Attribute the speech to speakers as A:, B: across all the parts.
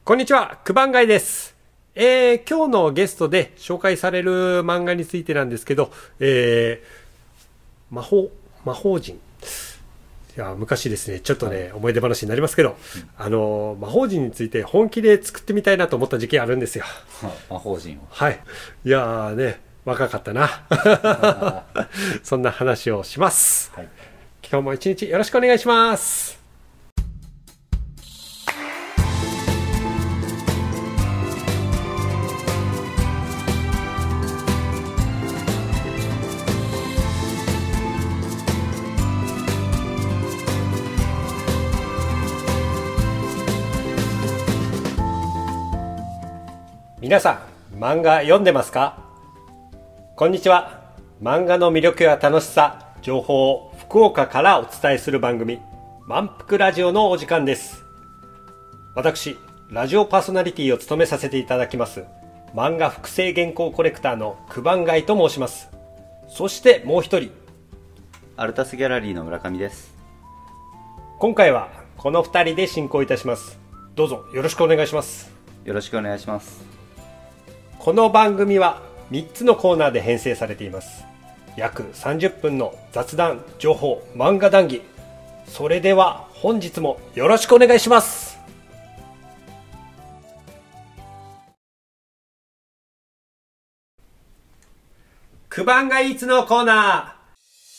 A: こんにちは、九番街です。今日のゲストで紹介される漫画についてなんですけど、魔法陣。いや、昔ですね、ちょっとね、思い出話になりますけど、魔法陣について本気で作ってみたいなと思った時期あるんですよ。
B: 魔法陣を。
A: はい。いやーね、若かったな。そんな話をします。はい、今日も一日よろしくお願いします。皆さん、漫画読んでますか？こんにちは。漫画の魅力や楽しさ、情報を福岡からお伝えする番組、満腹ラジオのお時間です。私、ラジオパーソナリティを務めさせていただきます、漫画複製原稿コレクターの九番街と申します。そしてもう一人、
B: アルタスギャラリーの村上です。
A: 今回はこの二人で進行いたします。どうぞよろしくお願いします。
B: よろしくお願いします。
A: この番組は3つのコーナーで編成されています。約30分の雑談、情報、漫画談義。それでは本日もよろしくお願いします。九番街いつのコーナー。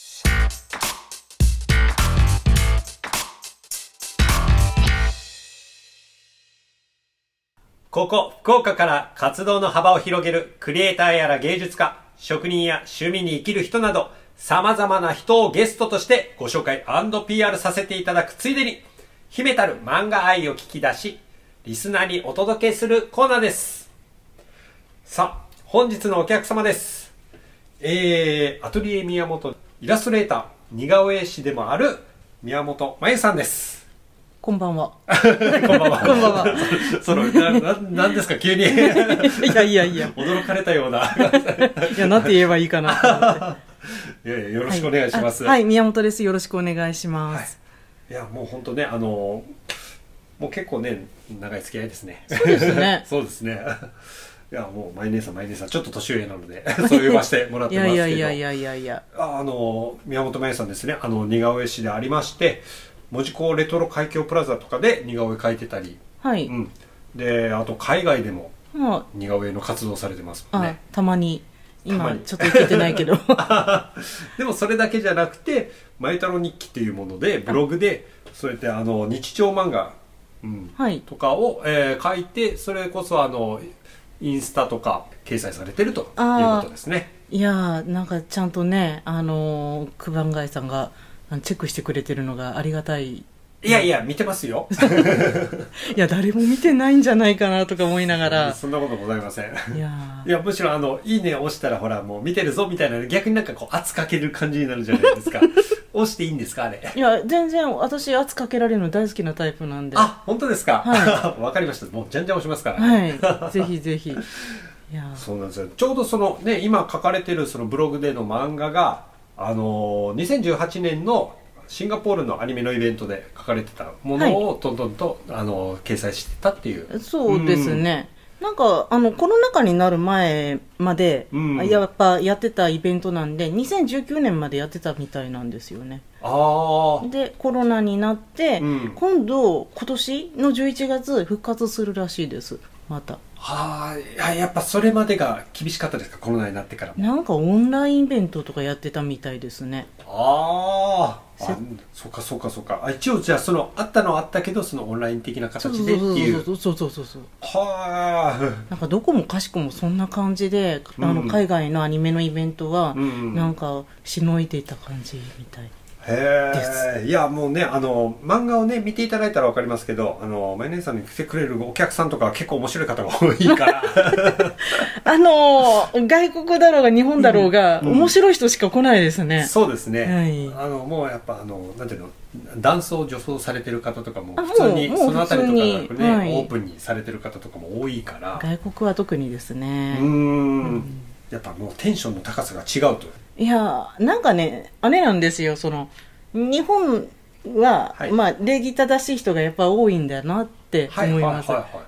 A: ここ福岡から活動の幅を広げるクリエイターやら芸術家、職人や趣味に生きる人など様々な人をゲストとしてご紹介& PR させていただくついでに、秘めたる漫画愛を聞き出しリスナーにお届けするコーナーです。さあ、本日のお客様です。アトリエ宮本イラストレーター、似顔絵師でもある宮本真由さんです。
C: こんばんは。
A: こんばんは。
C: こんばんは。
A: なんですか急に。い
C: や。
A: 驚かれたような。
C: いや、なんて言えばいいかなと思って。
A: いやよろしくお願いします。
C: はい、宮本です。よろしくお願いします。
A: はい、いや、もう本当ね、もう結構ね、長い付き合いですね。
C: そうですね。
A: そうですね。いや、もう、マイ姉さん、ちょっと年上なので、そう呼ばせてもらってますけど。
C: いや。
A: 宮本真由さんですね、似顔絵師でありまして、門司港レトロ海峡プラザとかで似顔絵描いてたり、
C: はい。
A: で、あと海外でも似顔絵の活動されてますもんね。
C: たまに。今ちょっといけてないけど。
A: でもそれだけじゃなくて、まゆたろ日記っていうもので、ブログで、そうやって日常漫画、とかを、書いて、それこそインスタとか掲載されてるということですね。
C: いやー、なんかちゃんとね、九番街さんがチェックしてくれてるのがありがたい。
A: いや、見てますよ。
C: いや、誰も見てないんじゃないかなとか思いながら。
A: そんなことございません。
C: い
A: や、むしろいいねを押したら、ほら、もう見てるぞみたいな、逆になんかこう、圧かける感じになるじゃないですか。押していいんですか、あれ。
C: いや、全然私圧かけられるの大好きなタイプなんで。
A: あ、本当ですか。
C: はい。
A: わかりました。もうじゃんじゃん押しますから。
C: はい。ぜひぜひ。い
A: や、そうなんですよ。ちょうどそのね、今書かれてるそのブログでの漫画が、2018年のシンガポールのアニメのイベントで書かれてたものをトントンと、掲載してたっていう。
C: そうですね。なんかコロナ禍になる前まで、やっぱやってたイベントなんで2019年までやってたみたいなんですよね。でコロナになって、今年の11月復活するらしいです。また。
A: やっぱそれまでが厳しかったですか、コロナになってからも。
C: なんかオンラインイベントとかやってたみたいですね。
A: そうか。一応じゃああったのはあったけど、そのオンライン的な形でっていう。
C: そう。なんかどこもかしこもそんな感じで、海外のアニメのイベントは、なんかしのいでいた感じみたい。
A: いや、もうね、漫画をね見ていただいたら分かりますけど、マヨネーさんに来てくれるお客さんとかは結構面白い方が多いから
C: 外国だろうが日本だろうが、面白い人しか来ないですね。
A: そうですね、
C: はい、
A: もうやっぱなんていうの、ダンスを女装されてる方とかも普通にそのあたりとかね、はい、オープンにされてる方とかも多いから、
C: 外国は特にですね。
A: やっぱもうテンションの高さが違うと。
C: いや、なんかね、あれなんですよ、日本は、礼儀正しい人がやっぱ多いんだなって思います。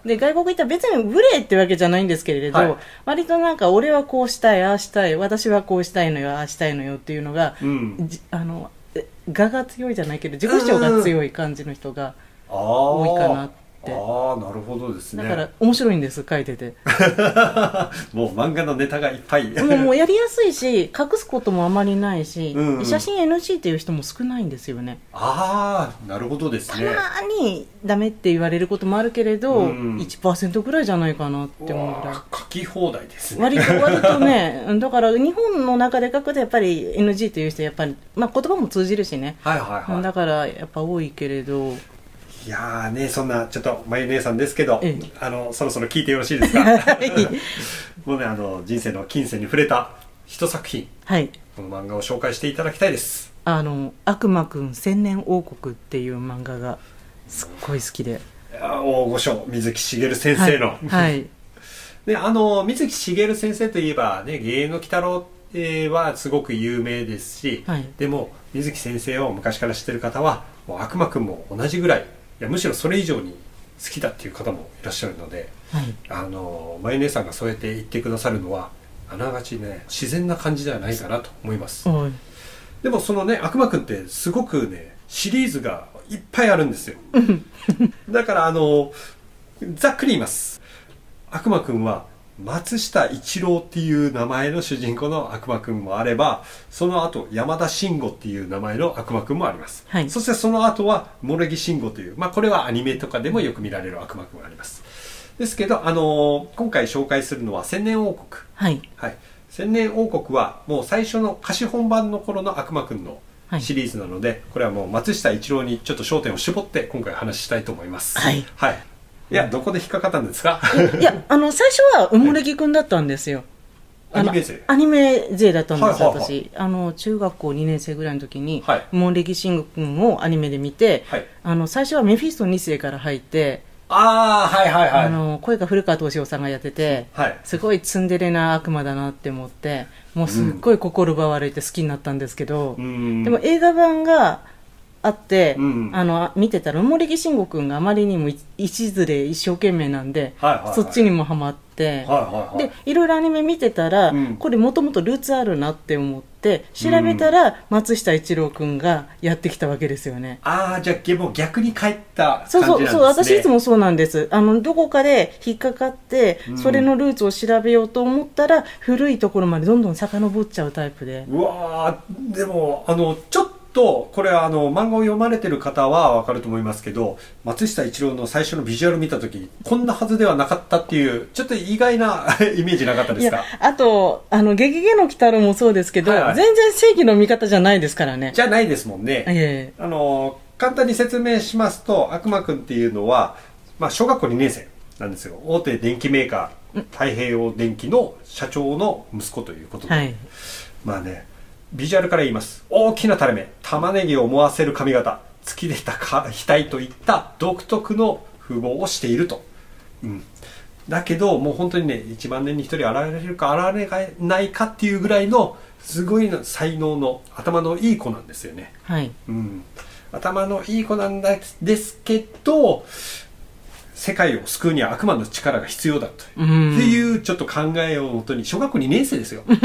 C: で外国行ったら別に無礼ってわけじゃないんですけれど、はい、割となんか俺はこうしたいああしたい私はこうしたいのよああしたいのよっていうのが、我が強いじゃないけど自己主張が強い感じの人が多いかなって。
A: ああ、なるほどですね。
C: だから面白いんです書いてて
A: もう漫画のネタがいっぱい
C: もうやりやすいし隠すこともあまりないし、写真 NG っていう人も少ないんですよね。
A: ああ、なるほどですね。
C: たまにダメって言われることもあるけれど、1% ぐらいじゃないかなって思うぐらい
A: 書き放題ですね。
C: 割とねだから日本の中で書くとやっぱり NG っていう人やっぱり、言葉も通じるしね、だからやっぱ多いけれど、
A: いやーね、そんなちょっとまゆ姉さんですけど、そろそろ聞いてよろしいですかもうね、人生の金銭に触れた一作品、この漫画を紹介していただきたいです。
C: 悪魔くん千年王国っていう漫画がすっごい好きで、
A: 大御所水木しげる先生ので、水木しげる先生といえばね、芸の鬼太郎はすごく有名ですし、でも水木先生を昔から知ってる方はもう悪魔くんも同じぐらい、いやむしろそれ以上に好きだっていう方もいらっしゃるので、まゆ姉さんがそうやって言ってくださるのはあながちね自然な感じではないかなと思います。でもそのね悪魔くんってすごくねシリーズがいっぱいあるんですよだからざっくり言います。悪魔くんは松下一郎っていう名前の主人公の悪魔くんもあれば、その後山田慎吾っていう名前の悪魔くんもあります、そしてその後は茂木慎吾という、これはアニメとかでもよく見られる悪魔くんがあります。ですけど、今回紹介するのは千年王国。千年王国はもう最初の貸本版の頃の悪魔くんのシリーズなので、これはもう松下一郎にちょっと焦点を絞って今回話したいと思います。いや、どこで引っかかったんですか
C: いや、最初は埋もれ木くんだったんですよ。
A: アニメ勢
C: アニメ勢だったんです、私。中学校2年生ぐらいの時に、埋もれ木慎吾くんをアニメで見て、最初はメフィスト2世から入って、声が古川敏夫さんがやってて、すごいツンデレな悪魔だなって思って、もうすっごい心奪われて好きになったんですけど、でも映画版があって、見てたら埋もれ木慎吾くんがあまりにも一途で一生懸命なんで、そっちにもハマって、でいろいろアニメ見てたら、これもともとルーツあるなって思って調べたら、松下一郎くんがやってきたわけですよね。
A: じゃあもう逆に帰った感じなんですね。
C: そう私いつもそうなんです。どこかで引っかかって、それのルーツを調べようと思ったら古いところまでどんどん遡っちゃうタイプで。
A: うわー、でもちょっとこれは漫画を読まれてる方は分かると思いますけど、松下一郎の最初のビジュアル見た時こんなはずではなかったっていうちょっと意外なイメージなかったですか？
C: あとゲゲゲの鬼太郎もそうですけど、全然正義の味方じゃないですからね。
A: じゃないですもんね。簡単に説明しますと、悪魔くんっていうのは、小学校2年生なんですよ。大手電機メーカー太平洋電機の社長の息子ということで、ビジュアルから言います。大きな垂れ目、玉ねぎを思わせる髪型、突き出た額といった独特の風貌をしていると。だけどもう本当にね、1万年に1人現れるか現れないかっていうぐらいのすごい才能の頭のいい子なんですよね。頭のいい子なんですけど、世界を救うには悪魔の力が必要だとっていうちょっと考えをもとに、小学校2年生ですよ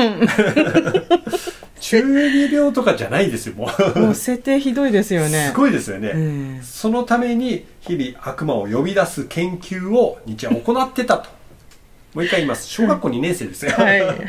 A: 中二病とかじゃないですよ。も
C: う設定ひどいですよね。
A: すごいですよね。そのために日々悪魔を呼び出す研究を日夜行ってたと。もう一回言います。小学校2年生ですよ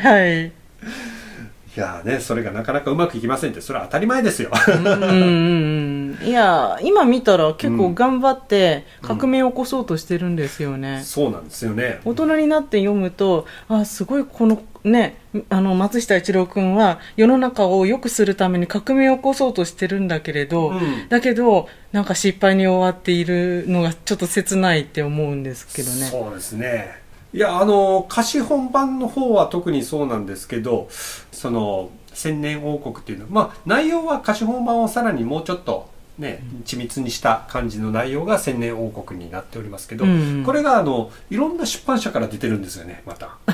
A: いやね、それがなかなかうまくいきませんって、それは当たり前ですよ
C: いや今見たら結構頑張って革命を起こそうとしてるんですよね。
A: そうなんですよね。
C: 大人になって読むと、すごいこのね、松下一郎くんは世の中を良くするために革命を起こそうとしてるんだけれど、だけどなんか失敗に終わっているのがちょっと切ないって思うんですけどね。
A: そうですね。いや貸本版の方は特にそうなんですけど、その千年王国っていうのは、内容は貸本版をさらにもうちょっとね、緻密にした感じの内容が千年王国になっておりますけど、これがいろんな出版社から出てるんですよね。また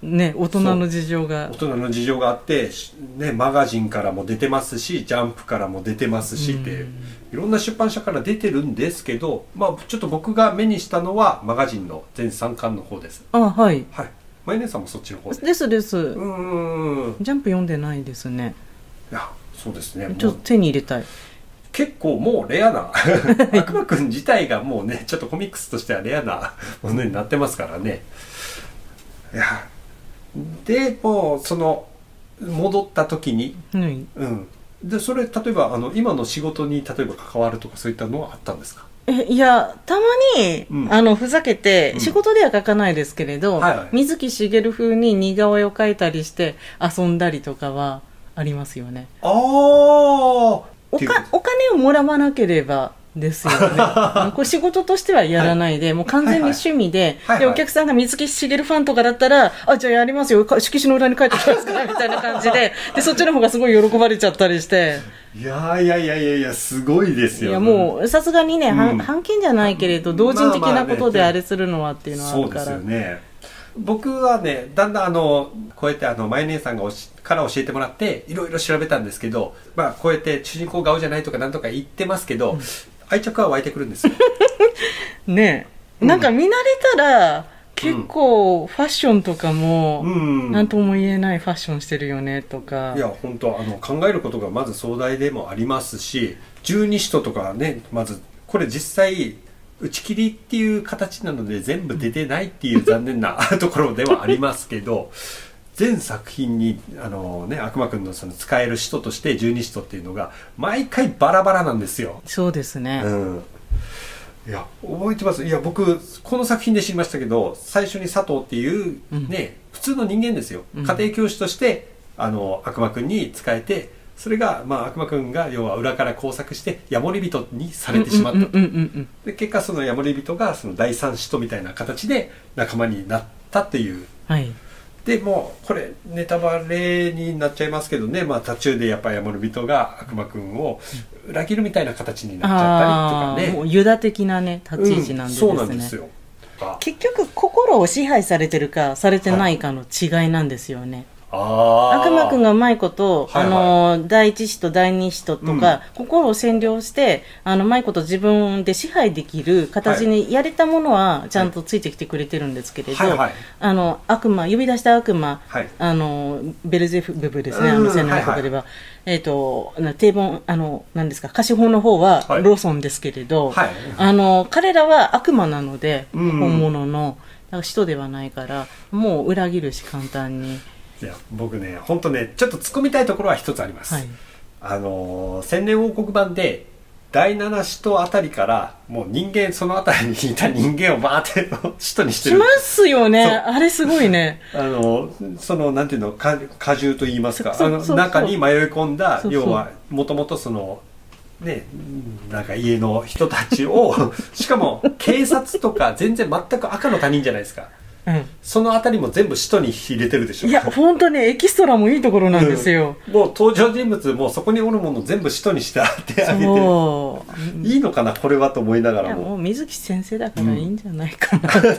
C: ね、大人の事情が
A: あって、ね、マガジンからも出てますし、ジャンプからも出てますしって、いろんな出版社から出てるんですけど、ちょっと僕が目にしたのはマガジンの全3巻の方です。
C: はい。
A: マイネさんもそっちの方
C: です。ジャンプ読んでないですね。
A: いや、そうですね。
C: ちょっと手に入れたい。
A: 結構もうレアな悪魔くん自体がもうね、ちょっとコミックスとしてはレアなものになってますからね。いや、でもうその戻った時に、でそれ例えば今の仕事に例えば関わるとかそういったのはあったんですか？
C: いや、たまに、ふざけて、仕事では書かないですけれど、水木しげる風に似顔絵を描いたりして遊んだりとかはありますよね。お金をもらわなければですよね。これ仕事としてはやらないで、もう完全に趣味で、で、お客さんが水木しげるファンとかだったら、じゃあやりますよ、色紙の裏に書いてきますからみたいな感じで、で、そっちの方がすごい喜ばれちゃったりして。
A: いや、すごいですよね。
C: いや、もう、さすがにね、版権じゃないけれど、同人的なことであれするのはっていうのはあるから。
A: そうですよね。僕はね、だんだんこうやってマヨネーさんから教えてもらって、いろいろ調べたんですけど、こうやって主人公顔じゃないとかなんとか言ってますけど、愛着は湧いてくるんですよ。
C: ねえ。なんか見慣れたら、結構ファッションとかも、なんとも言えないファッションしてるよねとか。
A: いや、本当考えることがまず壮大でもありますし、十二使徒とかね、まず、これ実際、打ち切りっていう形なので全部出てないっていう残念なところではありますけど、全作品に悪魔くんのその使える使徒として十二使徒っていうのが毎回バラバラなんですよ。
C: そうですね。
A: いや覚えてます。いや僕この作品で知りましたけど、最初に佐藤っていうね、普通の人間ですよ。家庭教師として悪魔くんに仕えて、それが悪魔くんが要は裏から工作してヤモリ人にされてしまったと。で結果そのヤモリ人がその第三使徒みたいな形で仲間になったっていう。でもうこれネタバレになっちゃいますけどね、途中でやっぱりヤモリ人が悪魔くんを裏切るみたいな形になっちゃったりとかね。
C: もうユダ的なね立ち位置なんでですね。
A: そうなんですよ。
C: 結局心を支配されてるかされてないかの違いなんですよね。悪魔くんがうまいこと、第一使徒第二使徒とか、心を占領してうまいこと自分で支配できる形にやれたものはちゃんとついてきてくれてるんですけれど、悪魔呼び出した悪魔、ベルゼフブですね、千の中では定番何ですか、貸本の方はローソンですけれど、彼らは悪魔なので、本物の使徒ではないからもう裏切るし簡単に。
A: いや僕ね本当ねちょっと突っ込みたいところは一つあります。千年王国版で第7使徒あたりからもう人間そのあたりにいた人間をバーって使徒にしてる。
C: しますよね。あれすごいね。
A: そのなんていうの果汁と言いますか、中に迷い込んだ要はもともとそのね、なんか家の人たちをしかも警察とか全然全く赤の他人じゃないですか。そのあたりも全部使徒に入れてるでしょ。
C: いや本当ねエキストラもいいところなんですよ。
A: もう登場人物もそこにおるもの全部使徒にしてあげていいのかなこれはと思いながらも。
C: いやもう水木先生だからいいんじゃないかなっていう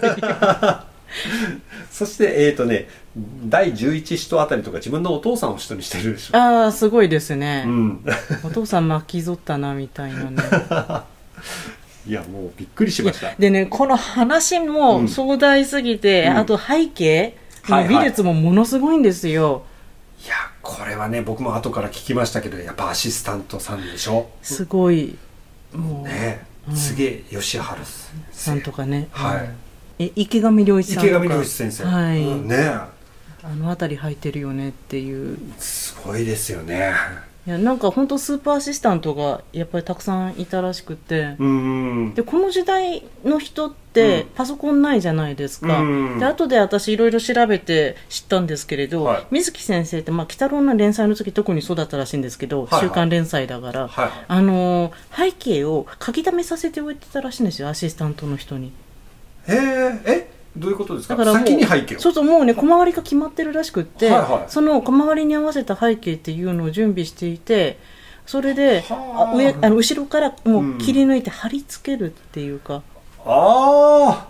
A: そして第11使徒あたりとか自分のお父さんを使徒にしてるでしょ。
C: すごいですね。お父さん巻きぞったなみたいなね。
A: いやもうびっくりしました。
C: でねこの話も壮大すぎて、あと背景の美術もものすごいんですよ。
A: いやこれはね僕も後から聞きましたけど、やっぱアシスタントさんでしょ。
C: すごいもう
A: ね柘植義治
C: さんとかね、池上良一さんとか、
A: 池上良一先生、ね
C: 辺り入ってるよねっていう。
A: すごいですよね。
C: いやなんか本当スーパーアシスタントがやっぱりたくさんいたらしくて、でこの時代の人ってパソコンないじゃないですか。で後で私いろいろ調べて知ったんですけれど、水木先生って鬼太郎の連載の時特にそうだったらしいんですけど、週刊連載だから、背景を書き溜めさせておいてたらしいんですよ、アシスタントの人に。
A: どういうことですか。だから先に背景を
C: そうもうね小回りが決まってるらしくって、その小回りに合わせた背景っていうのを準備していて、それで後ろからもう切り抜いて貼り付けるっていうか、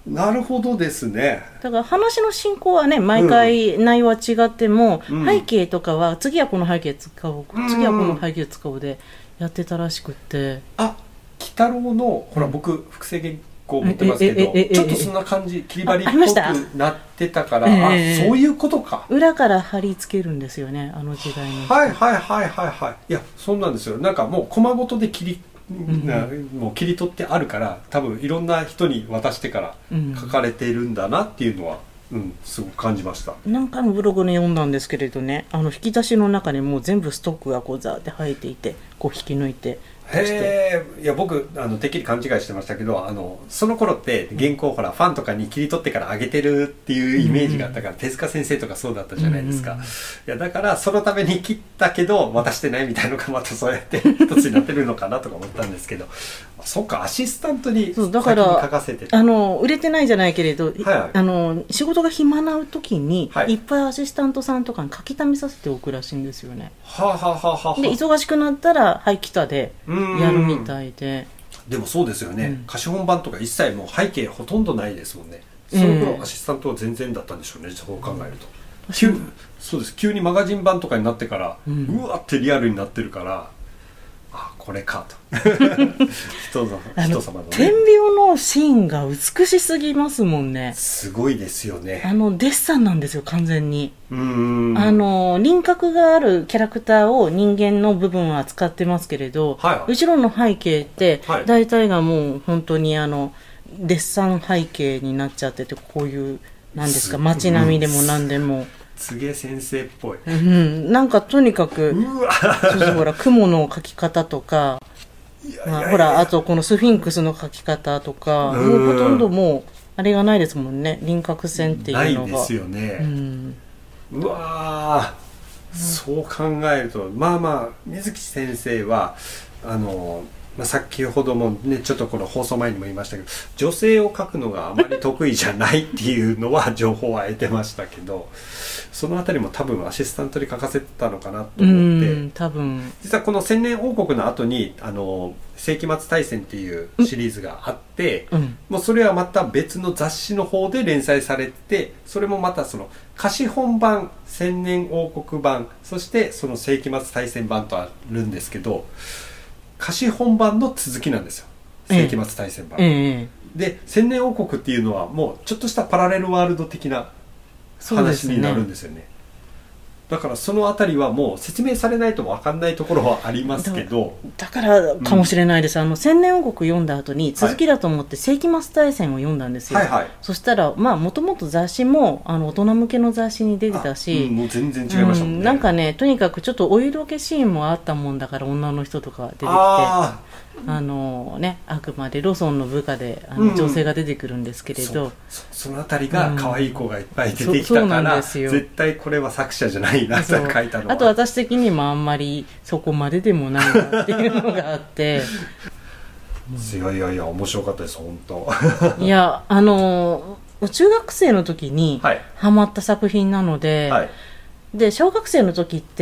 A: なるほどですね。
C: だから話の進行はね、毎回内容は違っても、背景とかは次はこの背景使おう、次はこの背景使おうでやってたらしくって。
A: あ、鬼太郎のほら僕複製原稿持ってますけど、ちょっとそんな感じ、切り張りっぽくなってたから、そういうことか。
C: 裏から貼り付けるんですよね、あの時代に。
A: はいはいはいはいはい。いや、そうなんですよ。なんかもうコマごとでもう切り取ってあるから、多分いろんな人に渡してから書かれているんだなっていうのは、すごく感じました。
C: 何回もブログに読んだんですけれどね、引き出しの中にもう全部ストックがこうザーって入っていて、こう引き抜いて。
A: いや僕てっきり勘違いしてましたけど、その頃って原稿ほらファンとかに切り取ってから上げてるっていうイメージがあったから、手塚先生とかそうだったじゃないですか。いやだからそのために切ったけど渡してないみたいなのがまたそうやって一つになってるのかなとか思ったんですけどそっか、アシスタントに先に書かせてた。
C: 売れてないじゃないけれど、仕事が暇な時に、いっぱいアシスタントさんとかに書き溜めさせておくらしいんですよね。で忙しくなったらはい来たでやるみたいで。
A: でもそうですよね、貸本番とか一切もう背景ほとんどないですもんね。その頃アシスタントは全然だったんでしょうね、そう考えると。そうです、急にマガジン版とかになってから、うわってリアルになってるから、あ、これかと人様のね、
C: 点描のシーンが美しすぎますもんね。
A: すごいですよね。
C: デッサンなんですよ、完全に。輪郭があるキャラクターを人間の部分は使ってますけれど、後ろの背景って大体がもう本当にデッサン背景になっちゃってて、こういうなんですか、街並みでも何でも
A: 柘植先生っぽい、
C: なんかとにかくそうほら雲の描き方とか、ほらあとこのスフィンクスの描き方とか、もうほとんどもうあれがないですもんね、輪郭線っていうのが
A: ないですよね。うわー、そう考えると水木先生は先ほどもねちょっとこの放送前にも言いましたけど、女性を描くのがあまり得意じゃないっていうのは情報は得てましたけど、そのあたりも多分アシスタントに書かせたのかなと思って、
C: 多分
A: 実はこの千年王国の後に世紀末大戦っていうシリーズがあって、もうそれはまた別の雑誌の方で連載されて、それもまたその貸本版、千年王国版、そしてその世紀末大戦版とあるんですけど、貸本版の続きなんですよ、世紀末大戦版、で千年王国っていうのはもうちょっとしたパラレルワールド的な話になるんですよね。だからそのあたりはもう説明されないと分かんないところはありますけど、
C: だからかもしれないです。千年王国読んだ後に続きだと思って世紀末大戦を読んだんですよ。そしたらもともと雑誌も大人向けの雑誌に出てたし、
A: もう全然違いましたもんね。
C: なんかね、とにかくちょっとお色気シーンもあったもんだから、女の人とか出てきて、あくまでロソンの部下で女性が出てくるんですけれど、
A: そのあたりが可愛い子がいっぱい出てきたから、絶対これは作者じゃないなと書いたのは。
C: あと私的にもあんまりそこまででもないなっていうのがあって
A: いや面白かったです、本当
C: いや中学生の時にハマった作品なので、で小学生の時って、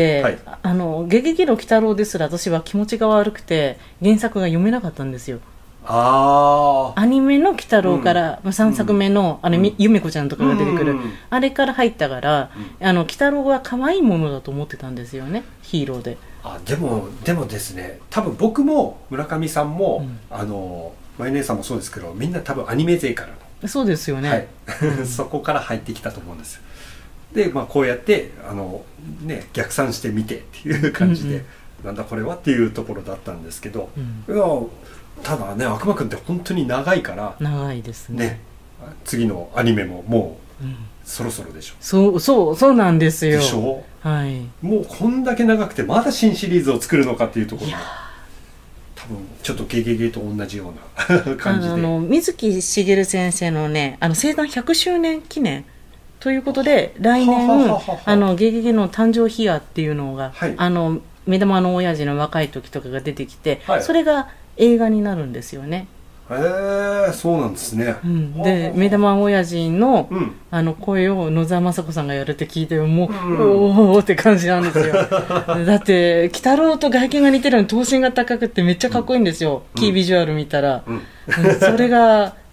C: ゲゲゲの鬼太郎ですら私は気持ちが悪くて原作が読めなかったんですよ。アニメの鬼太郎から、3作目のゆめこちゃんとかが出てくる、あれから入ったから、鬼太郎は可愛いものだと思ってたんですよね、ヒーローで。
A: でもですね、多分僕も村上さんも、マヨネーさんもそうですけど、みんな多分アニメ勢からの、
C: そうですよね、
A: そこから入ってきたと思うんですよ。でこうやって逆算してみてっていう感じで、なんだこれはっていうところだったんですけど、いやただね、悪魔くんって本当に長いから、
C: 長いですね。
A: 次のアニメももう、そろそろでしょ。
C: そうなんですよ。
A: でしょ、もうこんだけ長くてまだ新シリーズを作るのかっていうところが多分ちょっとゲゲゲと同じような感じで、
C: 水木しげる先生のね、生誕100周年記念ということで、来年ゲゲゲの誕生秘話っていうのが、目玉の親父の若い時とかが出てきて、それが映画になるんですよね。
A: そうなんですね。
C: で目玉親父の、声を野沢雅子さんがやるって聞いて、もう、おおって感じなんですよだって鬼太郎と外見が似てるのに頭身が高くてめっちゃかっこいいんですよ、キービジュアル見たら、それが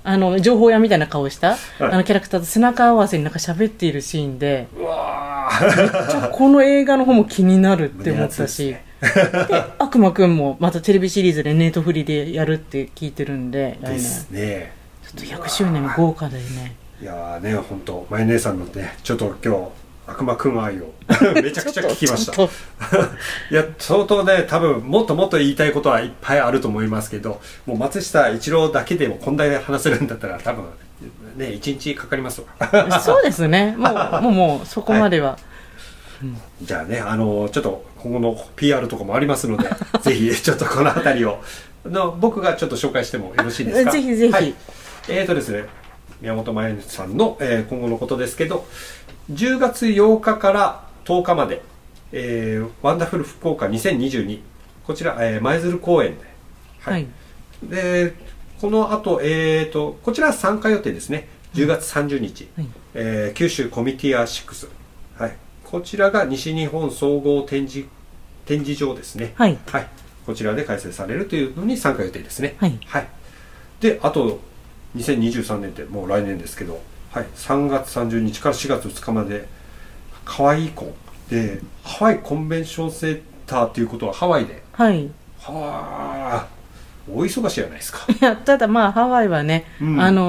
C: 情報屋みたいな顔した、
A: はい、
C: キャラクターと背中合わせになんか喋っているシーンで、
A: うわ
C: めっちゃこの映画の方も気になるって思ったし、で悪魔くんもまたテレビシリーズでネットフリでやるって聞いてるんで、
A: ですね。
C: ちょっと100周年豪華だよね。
A: いやーね、本当マイ姉さんのね、ちょっと今日悪魔くん愛をめちゃくちゃ聞きましたいや相当ね、多分もっともっと言いたいことはいっぱいあると思いますけど、もう松下一郎だけでもこんだけ話せるんだったら多分ね1日かかりますわ
C: そうですね、もうそこまでは、
A: はいじゃあね、ちょっと今後の PR とかもありますのでぜひちょっとこの辺りを僕がちょっと紹介してもよろしいですか。
C: ぜひぜひ、はい、
A: ですね、宮本真由さんの、今後のことですけど、10月8日から10日まで、ワンダフル福岡2022、こちら、舞鶴公園で、はいはい、でこの後、こちら参加予定ですね。10月30日、はい九州コミティア6、はい、こちらが西日本総合展示場ですね、はいはい、こちらで開催されるというのに参加予定ですね。はいはい、であと2023年ってもう来年ですけど、はい、3月30日から4月2日までハワイコンで、ハワイコンベンションセンターということはハワイで、はい、はあ大忙しいじゃないですか。
C: いやただまあハワイはね、うん、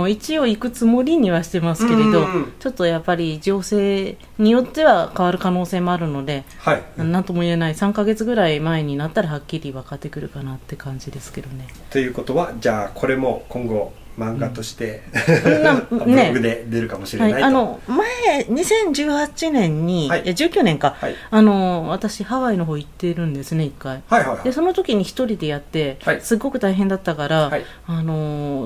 C: 一応行くつもりにはしてますけれど、ちょっとやっぱり情勢によっては変わる可能性もあるので、はい、なんとも言えない、3ヶ月ぐらい前になったらはっきり分かってくるかなって感じですけどね。
A: ということはじゃあこれも今後漫画として、ブログで出るかもしれないと、はい、
C: 前2018年に、はい、いや19年か、はい、私ハワイの方行ってるんですね1回、はいはいはい、でその時に一人でやって、はい、すっごく大変だったから、はい、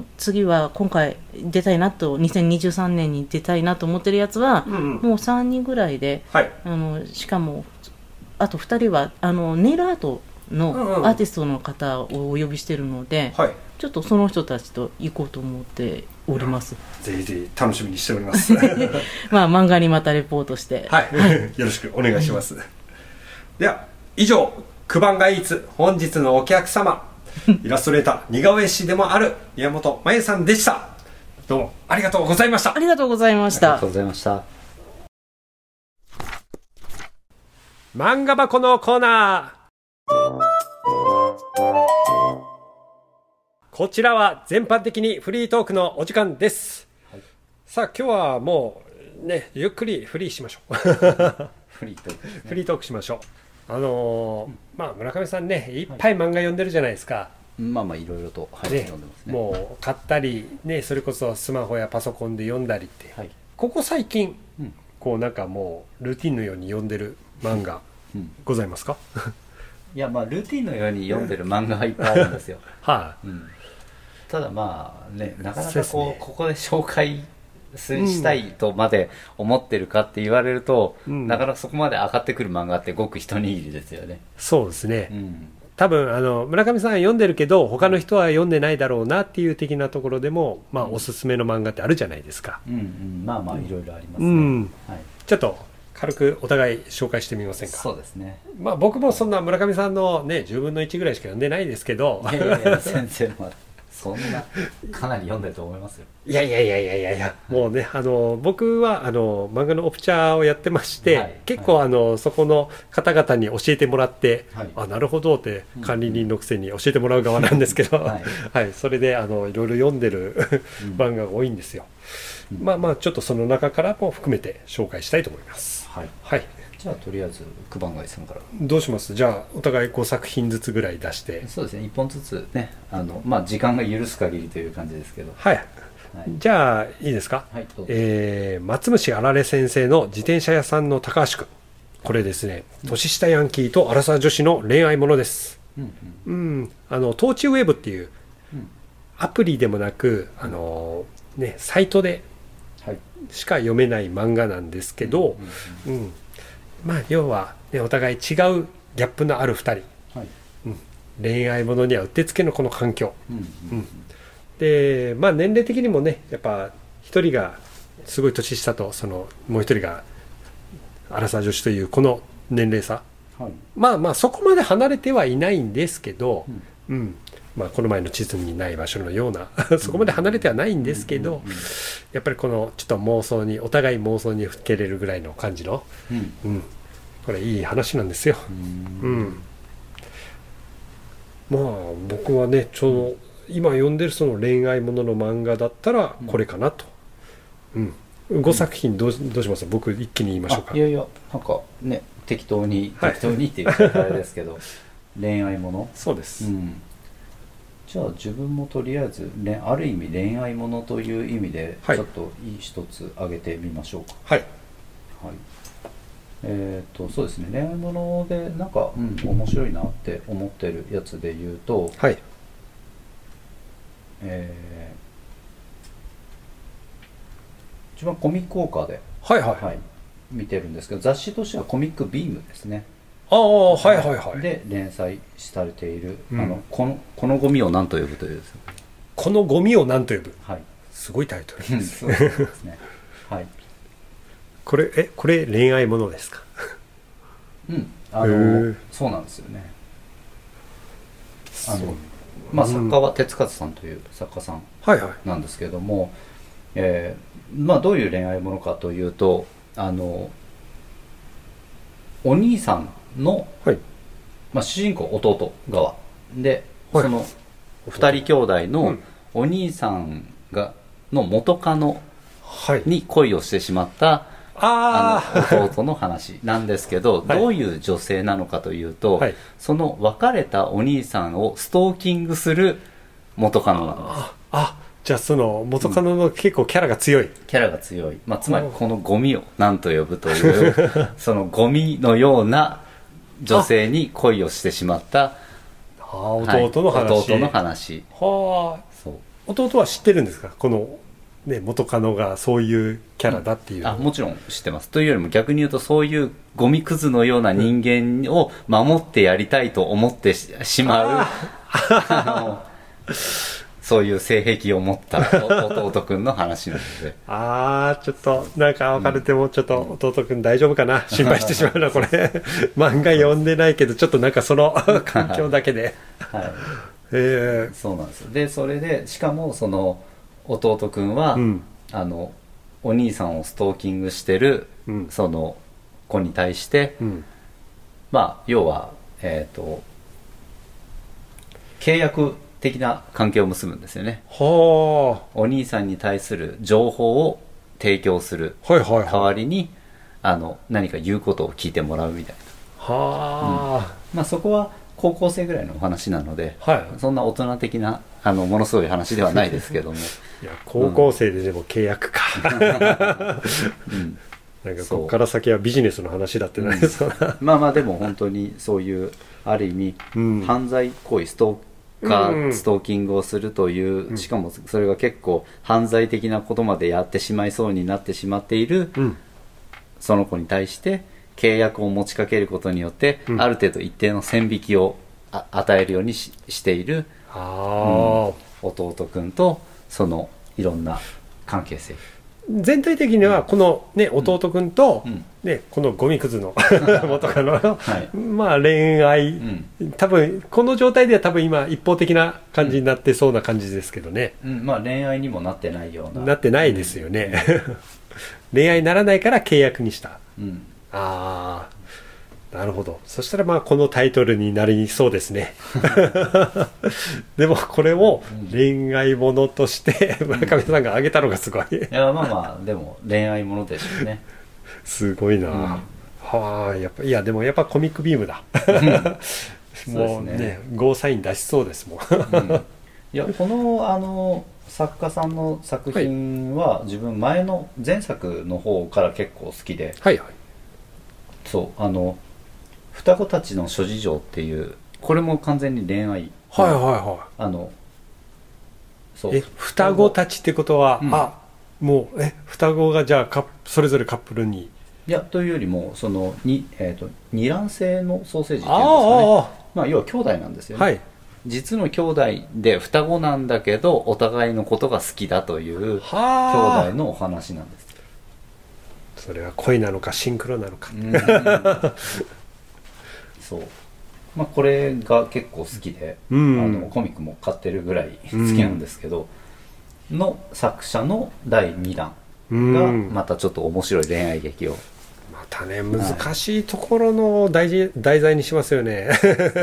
C: 次は今回出たいなと、2023年に出たいなと思ってるやつは、うんうん、もう3人ぐらいで、はい、しかもあと2人はネイルアートのアーティストの方をお呼びしてるので、はい、ちょっとその人たちと行こうと思っております。
A: ぜひぜひ楽しみにしております
C: まあ漫画にまたレポートして、
A: はい、はい、よろしくお願いします、はい、では以上、九番街イーツ本日のお客様イラストレーター似顔絵師でもある宮本真由さんでした。どうもありがとうございました。
C: ありがとうございました。
B: ありがとうございました。
A: 漫画箱のコーナー、こちらは全般的にフリートークのお時間です、はい、さあ今日はもうねゆっくりフリーしましょうフリートーク、ね、フリートークしましょう。まあ村上さんねいっぱい漫画読んでるじゃないですか、はい、
B: まあまあいろいろと、はい、
A: ね、
B: 読んでますね。
A: もう買ったりね、それこそスマホやパソコンで読んだりって、はい、ここ最近、うん、こうなんかもうルーティンのように読んでる漫画、ございますか
B: いやまあルーティンのように読んでる漫画がいっぱいあるんですよはい、うん、ただまあね、なかなかここで紹介したいとまで思ってるかって言われると、なかなかそこまで上がってくる漫画ってごく一握りですよね。
A: そうですね、多分村上さんは読んでるけど他の人は読んでないだろうなっていう的なところでも、まあおすすめの漫画ってあるじゃないですか。
B: まあまあいろいろありますね、はい、
A: ちょっと軽くお互い紹介してみませんか。
B: そうですね。
A: まあ僕もそんな村上さんのね10分の1ぐらいしか読んでないですけど、
B: いや先生はそんなかなり読んでると思いますよ。
A: いやもうね僕は漫画のオプチャーをやってまして、はい、結構そこの方々に教えてもらって、はい、なるほどって管理人のくせに教えてもらう側なんですけど、はいはい、それでいろいろ読んでる漫画が多いんですよ。まあまあちょっとその中からも含めて紹介したいと思います。はい、はい、
B: じゃあとりあえず九番街さんから
A: どうします。じゃあお互い5作品ずつぐらい出して。
B: そうですね、1本ずつね、まあ時間が許す限りという感じですけど、
A: はい、はい、じゃあいいですか。はい、松虫あられ先生の自転車屋さんの高橋くん、これですね、年下ヤンキーとアラサー女子の恋愛ものです。トーチウェブっていうアプリでもなくね、サイトでしか読めない漫画なんですけど、まあ要は、ね、お互い違うギャップのある2人、はい、恋愛ものにはうってつけのこの環境、でまあ年齢的にもねやっぱ1人がすごい年下ともう1人がアラサー女子というこの年齢差、はい、まあまあそこまで離れてはいないんですけど、 まあ、この前の地図にない場所のようなそこまで離れてはないんですけど、やっぱりこのちょっと妄想にお互い妄想にふけれるぐらいの感じの、これいい話なんですよ。まあ僕はねちょうど今読んでるその恋愛ものの漫画だったらこれかなと。5作品どうします僕一気に言いましょうか。
B: いやいやなんかね適当にっていうかあれですけど恋愛もの
A: そうです、
B: じゃあ自分もとりあえず、ある意味恋愛ものという意味でちょっと一つ挙げてみましょうか。そうですね、恋愛ものでなんか、面白いなって思ってるやつで言うと、一番コミックウォーカーで、見てるんですけど、雑誌としてはコミックビームですね。で連載されている、このゴミを何と呼ぶというですね。
A: このゴミを何と呼ぶ、すごいタイトルです。
B: そうですね。
A: これ恋愛ものですか。
B: そうなんですよね。作家は手つかずさんという作家さんなんですけれども、どういう恋愛ものかというと、お兄さんの、主人公弟側で、その2人兄弟のお兄さんの元カノに恋をしてしまった、弟の話なんですけど、どういう女性なのかというと、その別れたお兄さんをストーキングする元カノなんです。
A: じゃあその元カノの結構キャラが強い、
B: つまりこのゴミを何と呼ぶというそのゴミのような女性に恋をしてしまった
A: 弟の
B: 話。
A: 弟は知ってるんですか、この元カノがそういうキャラだっていう、
B: もちろん知ってます。というよりも逆に言うと、そういうゴミくずのような人間を守ってやりたいと思ってしまうそういう性癖を持った弟くんの話なので
A: ちょっとなんか分かれてもちょっと弟くん大丈夫かな、心配してしまうなこれ漫画読んでないけどちょっとなんかその環境だけで
B: そうなんですよ。でそれでしかもその弟くんは、お兄さんをストーキングしてる、その子に対して、要は契約的な関係を結ぶんですよね。お兄さんに対する情報を提供する代わりに何か言うことを聞いてもらうみたいな。そこは高校生ぐらいのお話なので、そんな大人的なものすごい話ではないですけども
A: いや高校生ででも契約かなんかここから先はビジネスの話だってないですか。
B: でも本当にそういうある意味、犯罪行為ストーキングをするという、しかもそれが結構犯罪的なことまでやってしまいそうになってしまっている、その子に対して契約を持ちかけることによって、ある程度一定の線引きを与えるようにしている、弟くんとそのいろんな関係性。
A: 全体的にはこの、弟くんと、このゴミくずの元カノの、恋愛、多分この状態では多分今一方的な感じになってそうな感じですけどね。
B: 恋愛にもなってないような。
A: なってないですよね。恋愛にならないから契約にした。なるほど。そしたらこのタイトルになりそうですね。でもこれを恋愛ものとして村上さんが挙げたのがすごい。い
B: やでも恋愛ものでしょうね。
A: すごいな。でもやっぱコミックビームだ。もうねゴーサイン出しそうですもん。
B: いやこの作家さんの作品は自分前作の方から結構好きで。そう双子たちの諸事情っていう、これも完全に恋愛。
A: 双子たちってことは、もう双子がじゃあそれぞれカップルに。
B: いやというよりもその二卵性のソーセージっていうんですかね。要は兄弟なんですよね。実の兄弟で双子なんだけどお互いのことが好きだという兄弟のお話なんです。
A: それは恋なのかシンクロなのか。
B: そうまあ、これが結構好きで、コミックも買ってるぐらい好きなんですけど、の作者の第2弾がまたちょっと面白い恋愛劇を、
A: またね難しいところの題材にしますよね。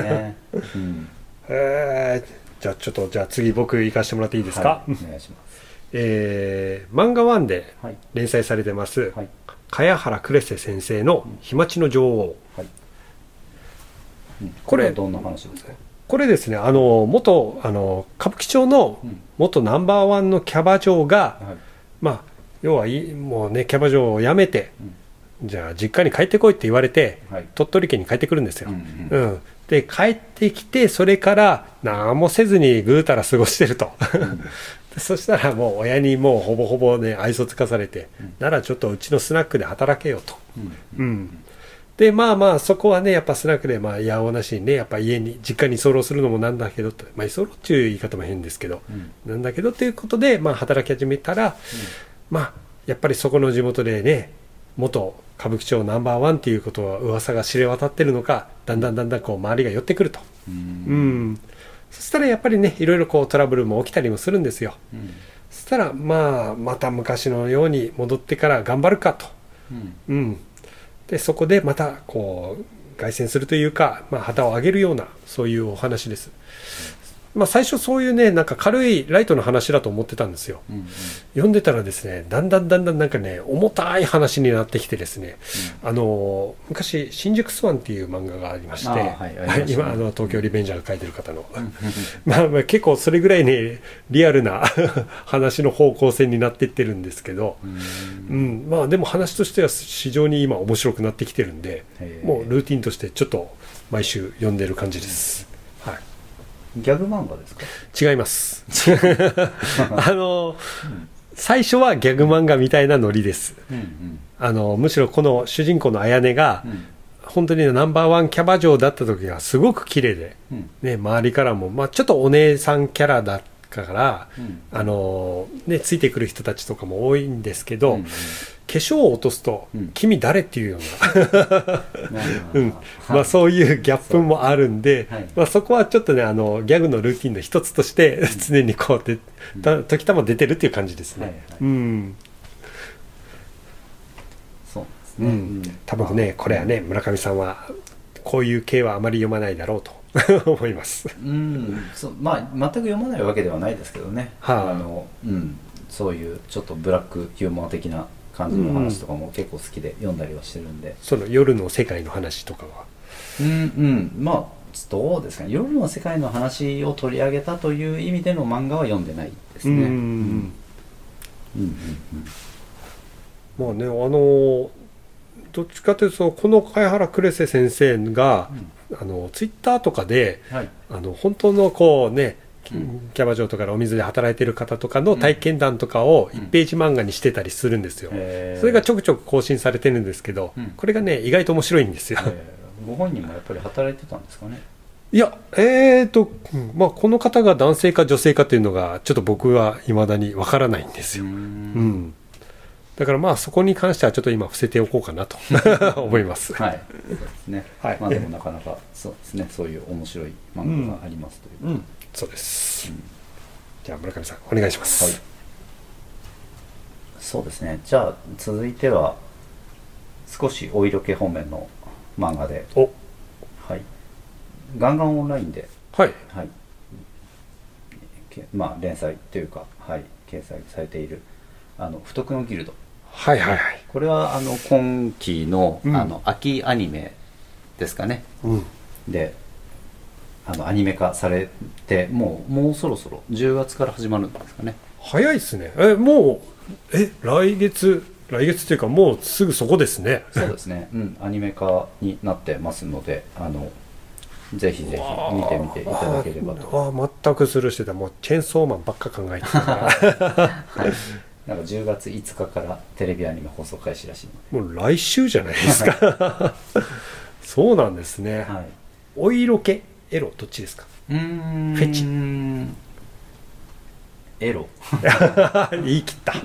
A: じゃあちょっと次僕行かせてもらっていいですか。
B: お願いします。
A: 漫画1で連載されてます、茅原クレセ先生の「飛沫の女王」、
B: これはどんな話ですか。
A: これですね、元歌舞伎町の元ナンバーワンのキャバ嬢が、まあ要はもうねキャバ嬢を辞めて、じゃあ実家に帰ってこいって言われて、鳥取県に帰ってくるんですよ。で帰ってきて、それから何もせずにぐうたら過ごしてると、そしたらもう親にもうほぼほぼね愛想つかされて、ならちょっとうちのスナックで働けよと。でまあまあそこはねやっぱスナックでいやおうなしにねやっぱ実家に居候するのもなんだけどと、居候っていう言い方も変ですけど、なんだけどということで働き始めたら、やっぱりそこの地元でね元歌舞伎町ナンバーワンっていうことは噂が知れ渡ってるのか、だんだんこう周りが寄ってくると。そしたらやっぱりねいろいろこうトラブルも起きたりもするんですよ。そしたらまた昔のように戻ってから頑張るかと。でそこでまたこう凱旋するというか、旗を上げるようなそういうお話です。最初そういうねなんか軽いライトの話だと思ってたんですよ。読んでたらですねだんだんなんかね重たい話になってきてですね、昔新宿スワンっていう漫画がありまして、今東京リベンジャーが書いてる方の結構それぐらいねリアルな話の方向性になっていってるんですけど、でも話としては非常に今面白くなってきてるんで、もうルーティンとしてちょっと毎週読んでる感じです。
B: ギャグ漫画ですか。
A: 違います最初はギャグ漫画みたいなノリです。むしろこの主人公の綾音が、本当にナンバーワンキャバ嬢だった時がすごく綺麗で、周りからも、ちょっとお姉さんキャラだから、ついてくる人たちとかも多いんですけど、化粧を落とすと、君誰っていうようなそういうギャップもあるんで、そこはちょっとねギャグのルーティンの一つとして常にこう時たま出てるっていう感じですね。
B: そうですね。
A: 多分ねこれはね村上さんはこういう系はあまり読まないだろうと思います。
B: 全く読まないわけではないですけどね。そういうちょっとブラックユーモア的な感じの話とかも結構好きで読んだりはしてるんで、
A: その夜の世界の話とかは
B: どうですかね。夜の世界の話を取り上げたという意味での漫画は読んでないですね。
A: まあねどっちかというとこの茅原クレセ先生が、ツイッターとかで、本当のこうねキャバ嬢とかでお水で働いてる方とかの体験談とかを1ページ漫画にしてたりするんですよ。それがちょくちょく更新されてるんですけど、これがね意外と面白いんですよ。
B: ご本人もやっぱり働いてたんですかね。
A: いやこの方が男性か女性かっていうのがちょっと僕は未だにわからないんですよ。だからそこに関してはちょっと今伏せておこうかなと思います。
B: そうですね。でもなかなかそうですね、そういう面白い漫画がありますという。
A: そうです、じゃあ村上さんお願いします。
B: そうですね。じゃあ続いては少しお色気方面の漫画で、ガンガンオンラインで連載というか、掲載されている不徳のギルド。これは今期の秋アニメですかね。でアニメ化されてもうそろそろ10月から始まるんですかね。
A: 早いですね。もう来月というかもうすぐそこですね。
B: そうですね。アニメ化になってますのでぜひぜひ見てみていただければと。
A: 全くスルーしてた。もうチェーンソーマンばっか考えてたから
B: なんか10月5日からテレビアニメ放送開始らしい
A: ので、もう来週じゃないですかそうなんですね。お色気エロどっちですか。フェチ
B: エロ
A: 言い切った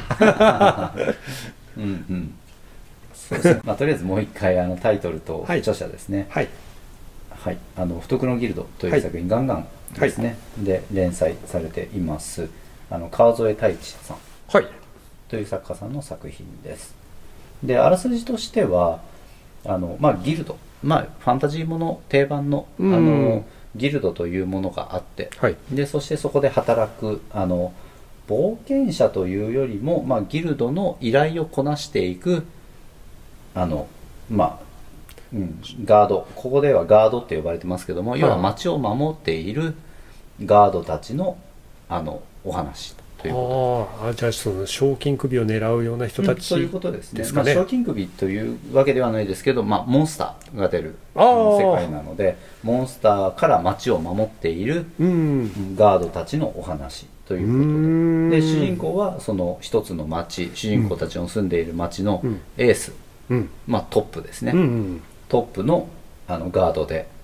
B: そうですね。とりあえずもう一回タイトルと著者ですね。 はい、不徳のギルドという作品、ガンガンですね、で連載されています。川添太一さんという作家さんの作品です。であらすじとしてはギルド、ファンタジーもの定番の、ギルドというものがあって、でそしてそこで働く冒険者というよりも、ギルドの依頼をこなしていくガード、ここではガードって呼ばれてますけども、要は街を守っているガードたちのお話ということで。
A: じゃあその賞金首を狙うような人たち、
B: そういうことですね。賞金首というわけではないですけど、モンスターが出る世界なので、モンスターから街を守っているガードたちのお話ということで、主人公はその一つの町、主人公たちの住んでいる町のエース、トップですね、トップのガードで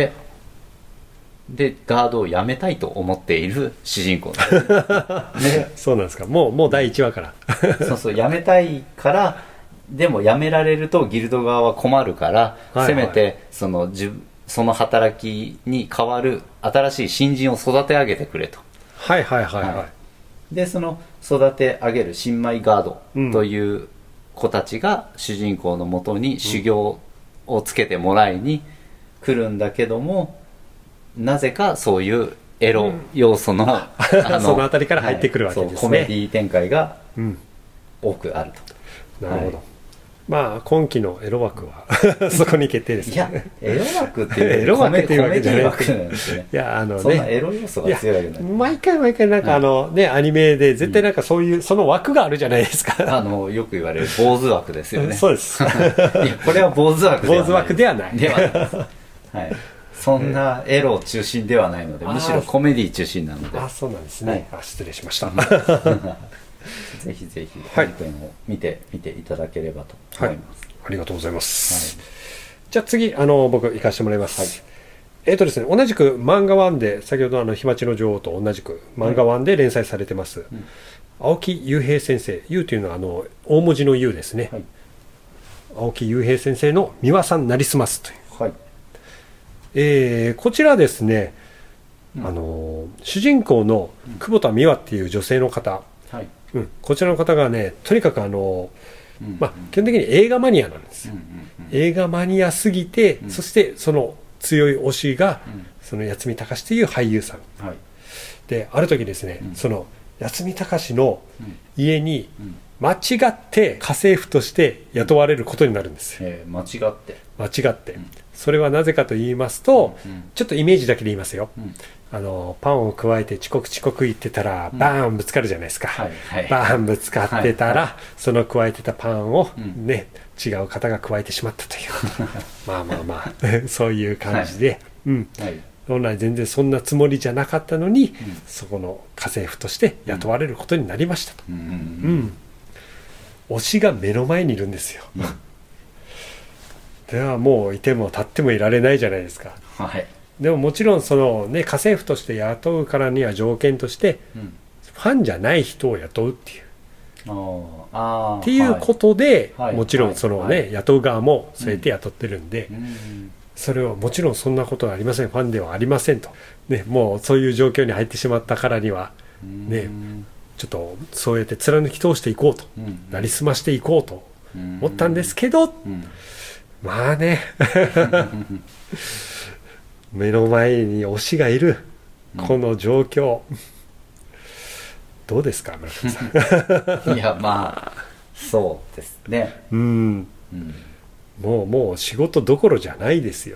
B: ガードをやめたいと思っている主人公
A: ね、そうなんですか。もう第1話から
B: そうやめたいから、でもやめられるとギルド側は困るから、せめてその働きに代わる新しい新人を育て上げてくれと。でその育て上げる新米ガードという子たちが主人公のもとに修行をつけてもらいに来るんだけども、なぜかそういうエロ要素の、
A: そのあたりから入ってくるわけですね。
B: コメディ展開が多くある
A: と。なるほど。今期のエロ枠はそこに決定ですね。
B: いやエロ枠っていうエロ枠っていうわけじゃないですね。いやそんなエロ要素が強いわけじゃない。
A: 毎回なんかアニメで絶対なんかそういうその枠があるじゃないですか。
B: よく言われる坊主枠ですよね。
A: そうです。いや
B: これは坊主枠
A: ではない。
B: はい。そんなエロ中心ではないので、むしろコメディ中心なので。
A: そうなんですね。失礼しました。
B: ぜひぜひ本編を見ていただければと思います。
A: ありがとうございます。じゃあ次僕行かせてもらいます。ですね、同じく漫画1で先ほど火鉢の女王と同じく漫画1で連載されてます、青木雄平先生、雄というのは大文字の雄ですね。青木雄平先生の三輪さんなりすますという。こちらですね、主人公の久保田美和っていう女性の方、こちらの方がね、とにかく基本的に映画マニアなんですよ。映画マニアすぎて、そしてその強い推しが、その八海崇という俳優さん、である時ですね、その八海崇の家に間違って家政婦として雇われることになるんですよ。
B: 間違って、
A: それはなぜかと言いますと、ちょっとイメージだけで言いますよ。パンを加えて遅刻言ってたらバーンぶつかるじゃないですか。バーンぶつかってたら、その加えてたパンをね、違う方が加えてしまったというそういう感じで、本来全然そんなつもりじゃなかったのに、そこの家政婦として雇われることになりましたと。推しが目の前にいるんですよ。ではもういても立ってもいられないじゃないですか。でももちろんそのね、家政婦として雇うからには条件として、ファンじゃない人を雇うっていうことで、もちろんそのね、雇う側もそうやって雇ってるんで、それをもちろんそんなことはありません、ファンではありませんと、ね、もうそういう状況に入ってしまったからにはね、ちょっとそうやって貫き通していこうと、なりすましていこうと思ったんですけど、まあね目の前に推しがいるこの状況、どうですか村上さ
B: ん。いやそうですね。
A: もう仕事どころじゃないですよ。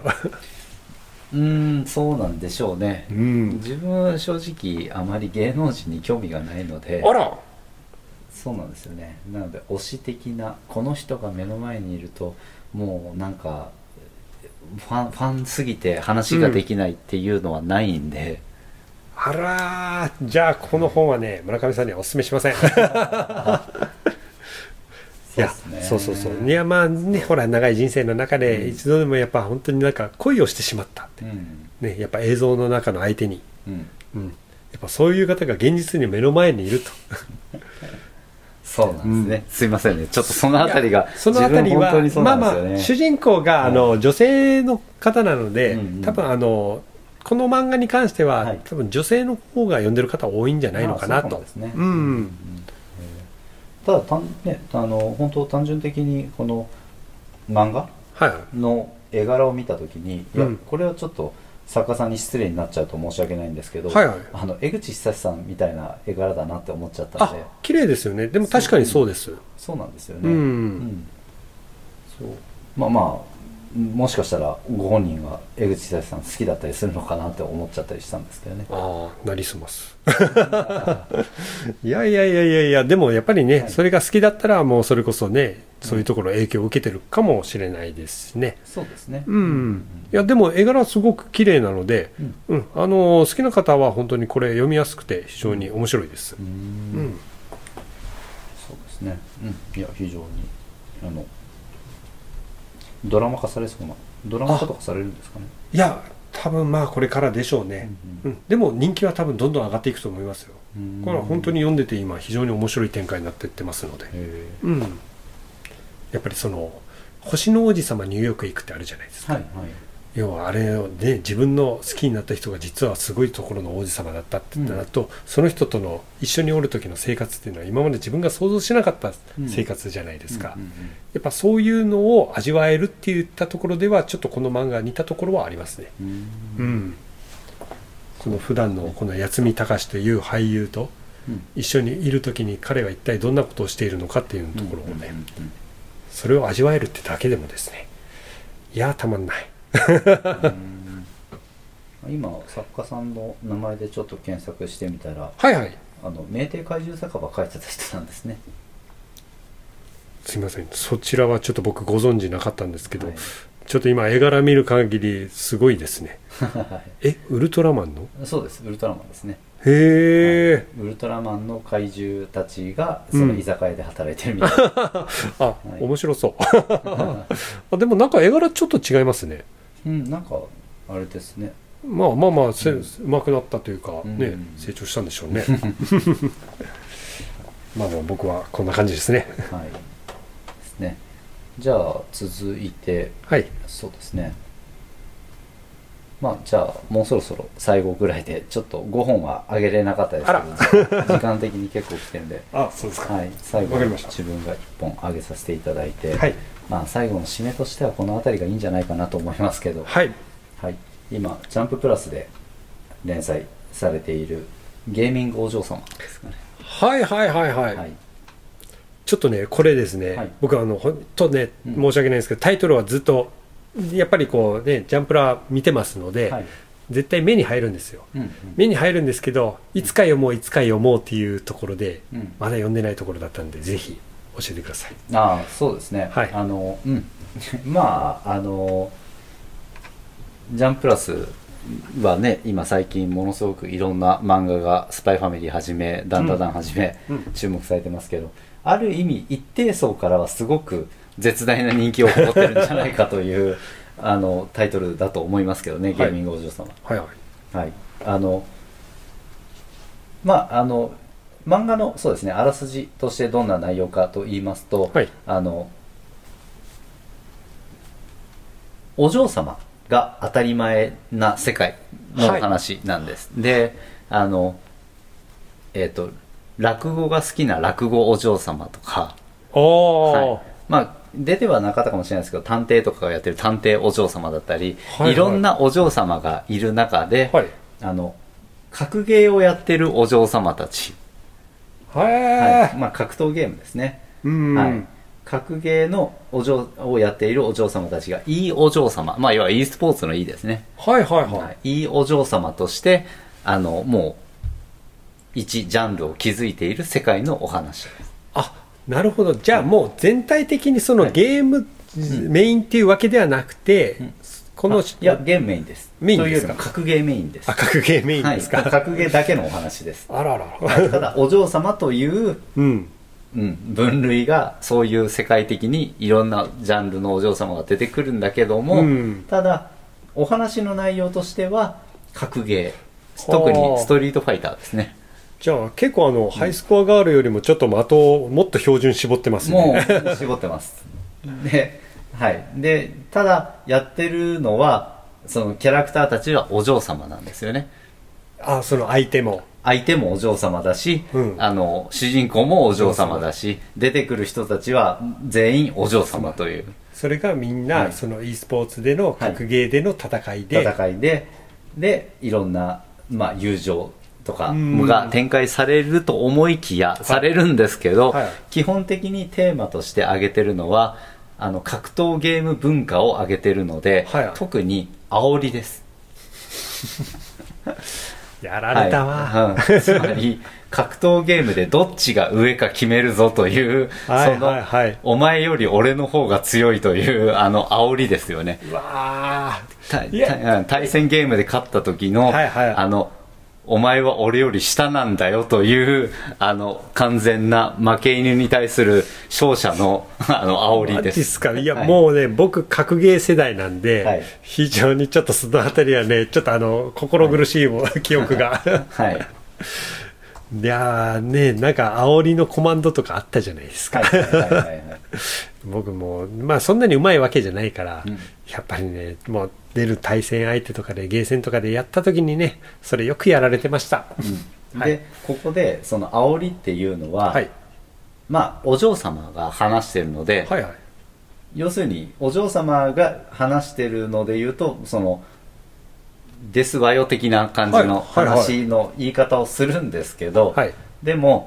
B: そうなんでしょうね。自分正直あまり芸能人に興味がないので。そうなんですよね。なので推し的なこの人が目の前にいるともうなんかファンすぎて話ができないっていうのはないんで、
A: じゃあこの本はね、村上さんにはお勧めしません。いや、そういやほら長い人生の中で一度でもやっぱ本当になんか恋をしてしまったって、ね、やっぱ映像の中の相手に、やっぱそういう方が現実に目の前にいると
B: そうなんですね、すいませんね、ちょっとそのあたりが
A: そのあたりはまあまあ主人公が女性の方なので、多分この漫画に関しては、多分女性の方が読んでる方多いんじゃないのかなと。
B: ただね、本当単純的にこの漫画の絵柄を見たときに、いやこれはちょっと作家さんに失礼になっちゃうと申し訳ないんですけど、江口久志さんみたいな絵柄だなって思っちゃったんで。
A: 綺麗ですよね。でも確かにそうです。
B: そうなんですよね。そう、まあまあもしかしたらご本人は江口久志さん好きだったりするのかなって思っちゃったりしたんですけどね。
A: なりすますいやでもやっぱりね、それが好きだったらもうそれこそね、そういうところ影響を受けてるかもしれないですね。
B: そうですね。
A: いやでも絵柄すごく綺麗なので、好きな方は本当にこれ読みやすくて非常に面白いです。そう
B: ですね。いや非常にドラマ化されそうな、ドラマ化とかされるんですかね。
A: いや多分まあこれからでしょうね。でも人気は多分どんどん上がっていくと思いますよ。これは本当に読んでて今非常に面白い展開になっていってますので、やっぱりその星の王子様ニューヨークへ行くってあるじゃないですか。要はあれをね、自分の好きになった人が実はすごいところの王子様だったってなると、その人との一緒におる時の生活っていうのは今まで自分が想像しなかった生活じゃないですか。やっぱそういうのを味わえるっていったところではちょっとこの漫画似たところはありますね。この普段のこの八海崇という俳優と一緒にいる時に彼が一体どんなことをしているのかっていうところをね、それを味わえるってだけでもですね、いやたまんない。
B: 今作家さんの名前でちょっと検索してみたら、名帝怪獣酒場書いてた人なんですね。
A: すいません、そちらはちょっと僕ご存知なかったんですけど、ちょっと今絵柄見る限りすごいですね。ウルトラマンの？
B: そうです、ウルトラマンですね。
A: へえ、
B: ウルトラマンの怪獣たちがその居酒屋で働いてるみたいな。
A: 面白そうでもなんか絵柄ちょっと違いますね。
B: なんかあれですね。
A: まあうまくなったというかね、成長したんでしょうね。まあ僕はこんな感じですね。
B: ですね。じゃあ続いて、そうですね。じゃあもうそろそろ最後ぐらいでちょっと5本は上げれなかったですけど、時間的に結構来てるんで、
A: そうですか。
B: 最後自分が1本上げさせていただいて、最後の締めとしてはこの辺りがいいんじゃないかなと思いますけど、今ジャンププラスで連載されているゲーミングお嬢様ですかね。
A: ちょっとねこれですね、僕本当ね申し訳ないんですけど、タイトルはずっとやっぱりこうねジャンプラ見てますので、絶対目に入るんですよ。目に入るんですけど、いつか読もうっていうところで、まだ読んでないところだったんで、ぜひ教えてください。
B: そうですね。ジャンプラスはね、今最近ものすごくいろんな漫画がスパイファミリーはじめダンダダンはじめ注目されてますけど、ある意味一定層からはすごく絶大な人気を誇ってるんじゃないかというタイトルだと思いますけどね、ゲーミングお嬢様。漫画のそうですね、あらすじとしてどんな内容かと言いますと、お嬢様が当たり前な世界の話なんです。で、落語が好きな落語お嬢様とか、出てはなかったかもしれないですけど、探偵とかがやってる探偵お嬢様だったり、いろんなお嬢様がいる中で、格ゲーをやってるお嬢様たち、格闘ゲームですね。格ゲーのをやっているお嬢様たちがいいお嬢様、いわゆる e スポーツのいいですね。いいお嬢様としてもう一ジャンルを築いている世界のお話です。
A: なるほど。じゃあもう全体的にそのゲームメインっていうわけではなくて、
B: いやゲームメインです。というよりか格ゲーメインです。
A: 格ゲーメインですか。
B: 格ゲーだけのお話です。ただお嬢様という分類がそういう世界的にいろんなジャンルのお嬢様が出てくるんだけども、ただお話の内容としては格ゲー、特にストリートファイターですね。
A: じゃあ結構ハイスコアガールよりもちょっと的をもっと標準絞ってますね。
B: もう絞ってますで、はい、でただやってるのはそのキャラクターたちはお嬢様なんですよね。
A: その相手も
B: お嬢様だし、主人公もお嬢様だし、出てくる人たちは全員お嬢様という、
A: それがみんな、その e スポーツでの格ゲーでの戦いで、
B: でいろんな、友情とかが展開されると思いきや、されるんですけど、基本的にテーマとして挙げてるのは格闘ゲーム文化を挙げてるので、特に煽りです
A: やられたわ、
B: つまり格闘ゲームでどっちが上か決めるぞという、お前より俺の方が強いという煽りですよね。対戦ゲームで勝った時の、お前は俺より下なんだよという完全な負け犬に対する勝者の煽りです。
A: ですか。いや、もうね、僕格ゲー世代なんで、非常にちょっとそのあたりはね、ちょっと心苦しい記憶がいやーね、なんか煽りのコマンドとかあったじゃないですか。僕もそんなにうまいわけじゃないから、やっぱりね、もう出る対戦相手とかでゲーセンとかでやった時にね、それよくやられてました。
B: でここでその煽りっていうのは、お嬢様が話してるので、要するにお嬢様が話してるので言うと、そのですわよ的な感じの話の言い方をするんですけど、でも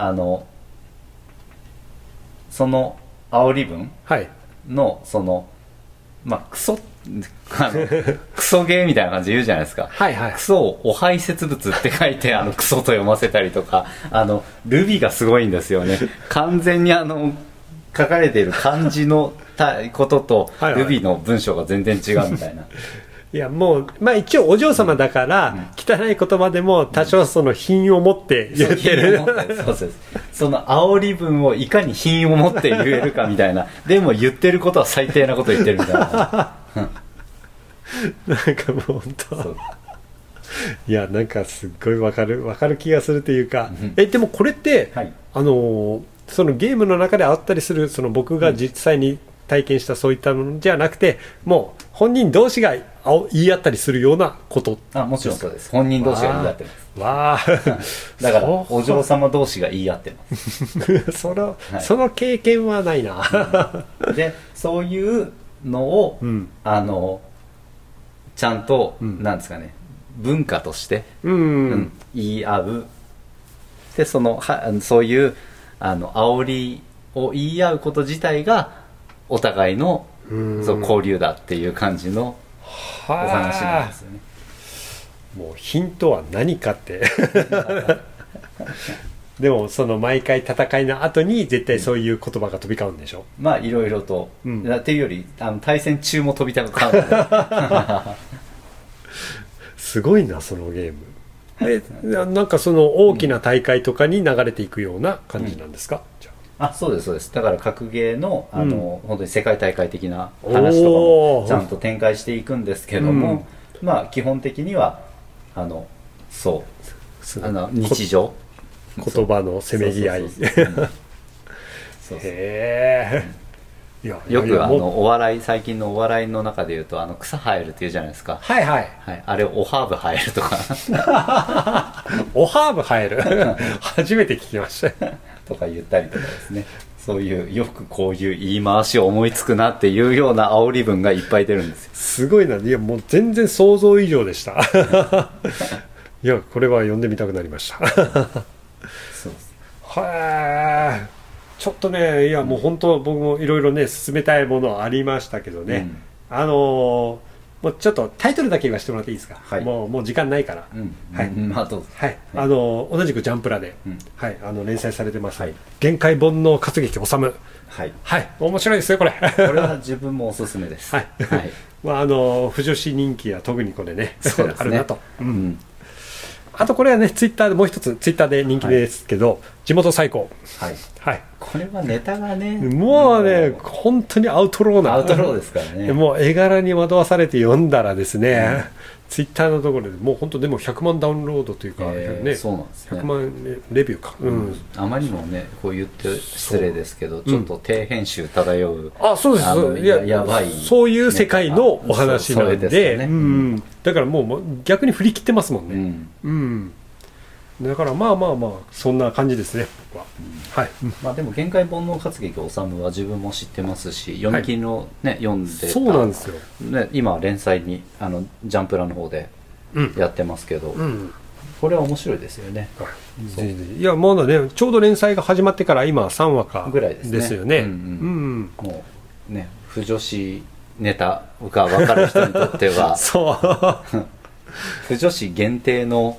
B: その煽り文のそのクソクソゲーみたいな感じで言うじゃないですか。クソをお排泄物って書いてクソと読ませたりとか、ルビがすごいんですよね。完全に書かれている漢字のこととルビの文章が全然違うみたいな。
A: いや、もう一応お嬢様だから、汚い言葉でも多少その品を持って言ってる、
B: その煽り文をいかに品を持って言えるかみたいな。でも言ってることは最低なこと言ってるみたいな
A: なんかもう本当いや、なんかすっごい分かる気がするというか、でもこれって、そのゲームの中であったりする、その僕が実際に体験したそういったのじゃなくて、もう本人同士が言い合ったりするようなこと。
B: もちろんそうです。本人同士が言い合ってます。だからお嬢様同士が言い合ってます
A: その経験はないな
B: でそういうのを、ちゃんと、なんですかね、文化として、言い合う。でそういう煽りを言い合うこと自体がお互いの交流だっていう感じのお話なんですよね。
A: もうヒントは何かってでもその毎回戦いの後に絶対そういう言葉が飛び交うんでしょ。
B: いろいろと、っていうより対戦中も飛び交う
A: すごいな、そのゲーム。なんかその大きな大会とかに流れていくような感じなんですか。
B: そうですそうです。だから格ゲーの本当に世界大会的な話とかもちゃんと展開していくんですけども、基本的には日常、
A: 言葉のせめぎ合い。へえ。
B: よくお笑い、最近のお笑いの中でいうと草生えるっていうじゃないですか。あれおハーブ生えるとか
A: おハーブ生える初めて聞きました
B: とか言ったりとかですね。そういうよくこういう言い回しを思いつくなっていうような煽り文がいっぱい出るんですよ。
A: すごいな。いや、もう全然想像以上でしたいや、これは読んでみたくなりましたそうです。ちょっとね、いやもう本当僕もいろいろね進めたいものありましたけどね、もうちょっとタイトルだけ言わせてもらっていいですか。もう時間ないから。
B: どうぞ。
A: 同じくジャンプラで、連載されてます、限界煩悩活劇おさむ。面白いですよこれ
B: これは自分もおすすめです
A: 不女子人気は特にこれねあるなと。あとこれはねツイッターでもう一つツイッターで人気ですけど、 地元最高。
B: はい、はい、これはネタがね
A: もうね本当にアウトローな
B: アウトローですからね。
A: もう絵柄に惑わされて読んだらですね、ツイッターのところでもう本当でも100万ダウンロードというか、ね、
B: そうなんですね、
A: 100万レビューか、
B: あまりにもねこう言って失礼ですけどちょっと低編集漂う、
A: そうです。
B: やばい
A: そういう世界のお話なんで、だからもう逆に振り切ってますもんね。だからまあそんな感じですね、僕は。はい。
B: まあでも限界煩悩活劇おさむは自分も知ってますし、読み切りのね、読んでた。
A: そうなんですよ。
B: ね、今連載にジャンプラの方でやってますけど、これは面白いですよね。
A: いやまだねちょうど連載が始まってから今3話かぐらいですよね。
B: もうね腐女子ネタが分かる人にとっては、腐女子限定の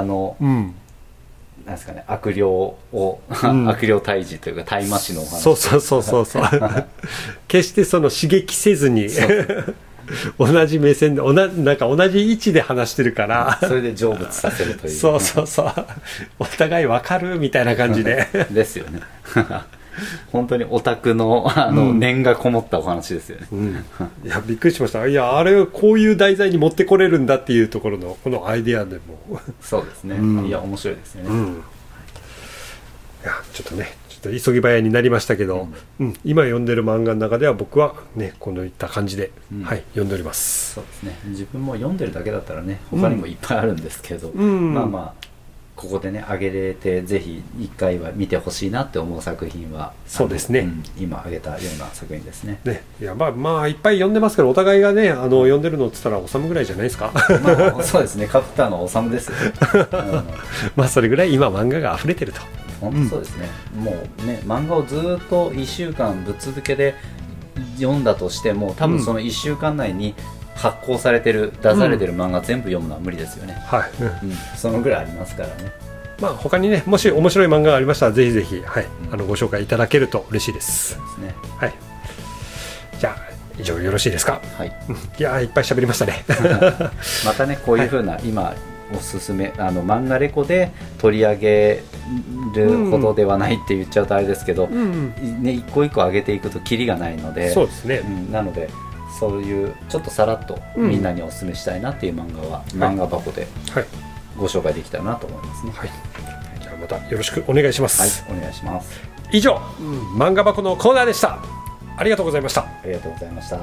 B: なんですかね、悪霊を、悪霊退治というか大麻師のお話。
A: そう決してその刺激せずに同じ目線でなんか同じ位置で話してるから
B: それで成仏させるという
A: そうお互い分かるみたいな感じで
B: ですよね本当にオタクの念がこもったお話ですよね、
A: いやびっくりしました。いやあれをこういう題材に持ってこれるんだっていうところのこのアイデアでも
B: そうですね、いや面白いですよね、
A: いやちょっと急ぎ早になりましたけど、今読んでる漫画の中では僕はねこのいった感じで、読んでおります。
B: そうですね、自分も読んでるだけだったらね他にもいっぱいあるんですけど、まあここでね挙げれてぜひ1回は見てほしいなって思う作品は
A: そうですね、
B: 今挙げたような作品ですね。
A: いやまあいっぱい読んでますけどお互いがね読んでるのっつったらおさむぐらいじゃないですか
B: そうですね、カプターのおさむですよ、
A: まあそれぐらい今漫画が溢れてると。
B: 本当そうですね、もうね漫画をずっと1週間ぶっ続けで読んだとしても多分その1週間内に発行されてる出されてる漫画全部読むのは無理ですよね。そのぐらいありますからね。
A: まあ他にねもし面白い漫画がありましたらぜひぜひご紹介いただけると嬉しいです。
B: そうですね。
A: はい。じゃあ以上よろしいですか。
B: はい。
A: いやいっぱい喋りましたね。
B: またねこういう風な今おすすめ漫画レコで取り上げるほどではないって言っちゃうとあれですけど、ね一個一個上げていくとキリがないので、
A: そうですね。
B: なのでそういうちょっとさらっとみんなにおすすめしたいなっていう漫画は漫画箱でご紹介できたらなと思いますね。
A: じゃあまたよろしくお願いします。
B: はい、お願いします。
A: 以上、漫画箱のコーナーでした。ありがとうございました。
B: ありがとうございました。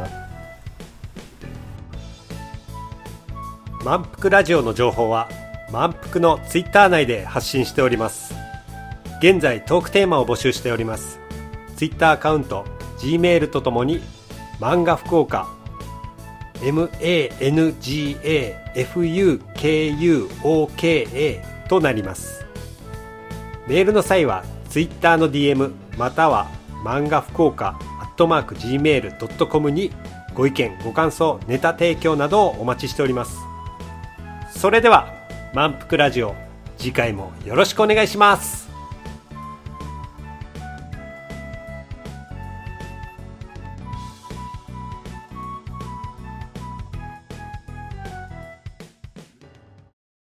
A: 満腹ラジオの情報は満腹のツイッター内で発信しております。現在トークテーマを募集しております。ツイッターアカウント Gmail とともに漫画福岡 MANGAFUKUOKA となります。メールの際はツイッターの DM または漫画福岡@gmail.com にご意見ご感想ネタ提供などをお待ちしております。それでは満腹ラジオ次回もよろしくお願いします。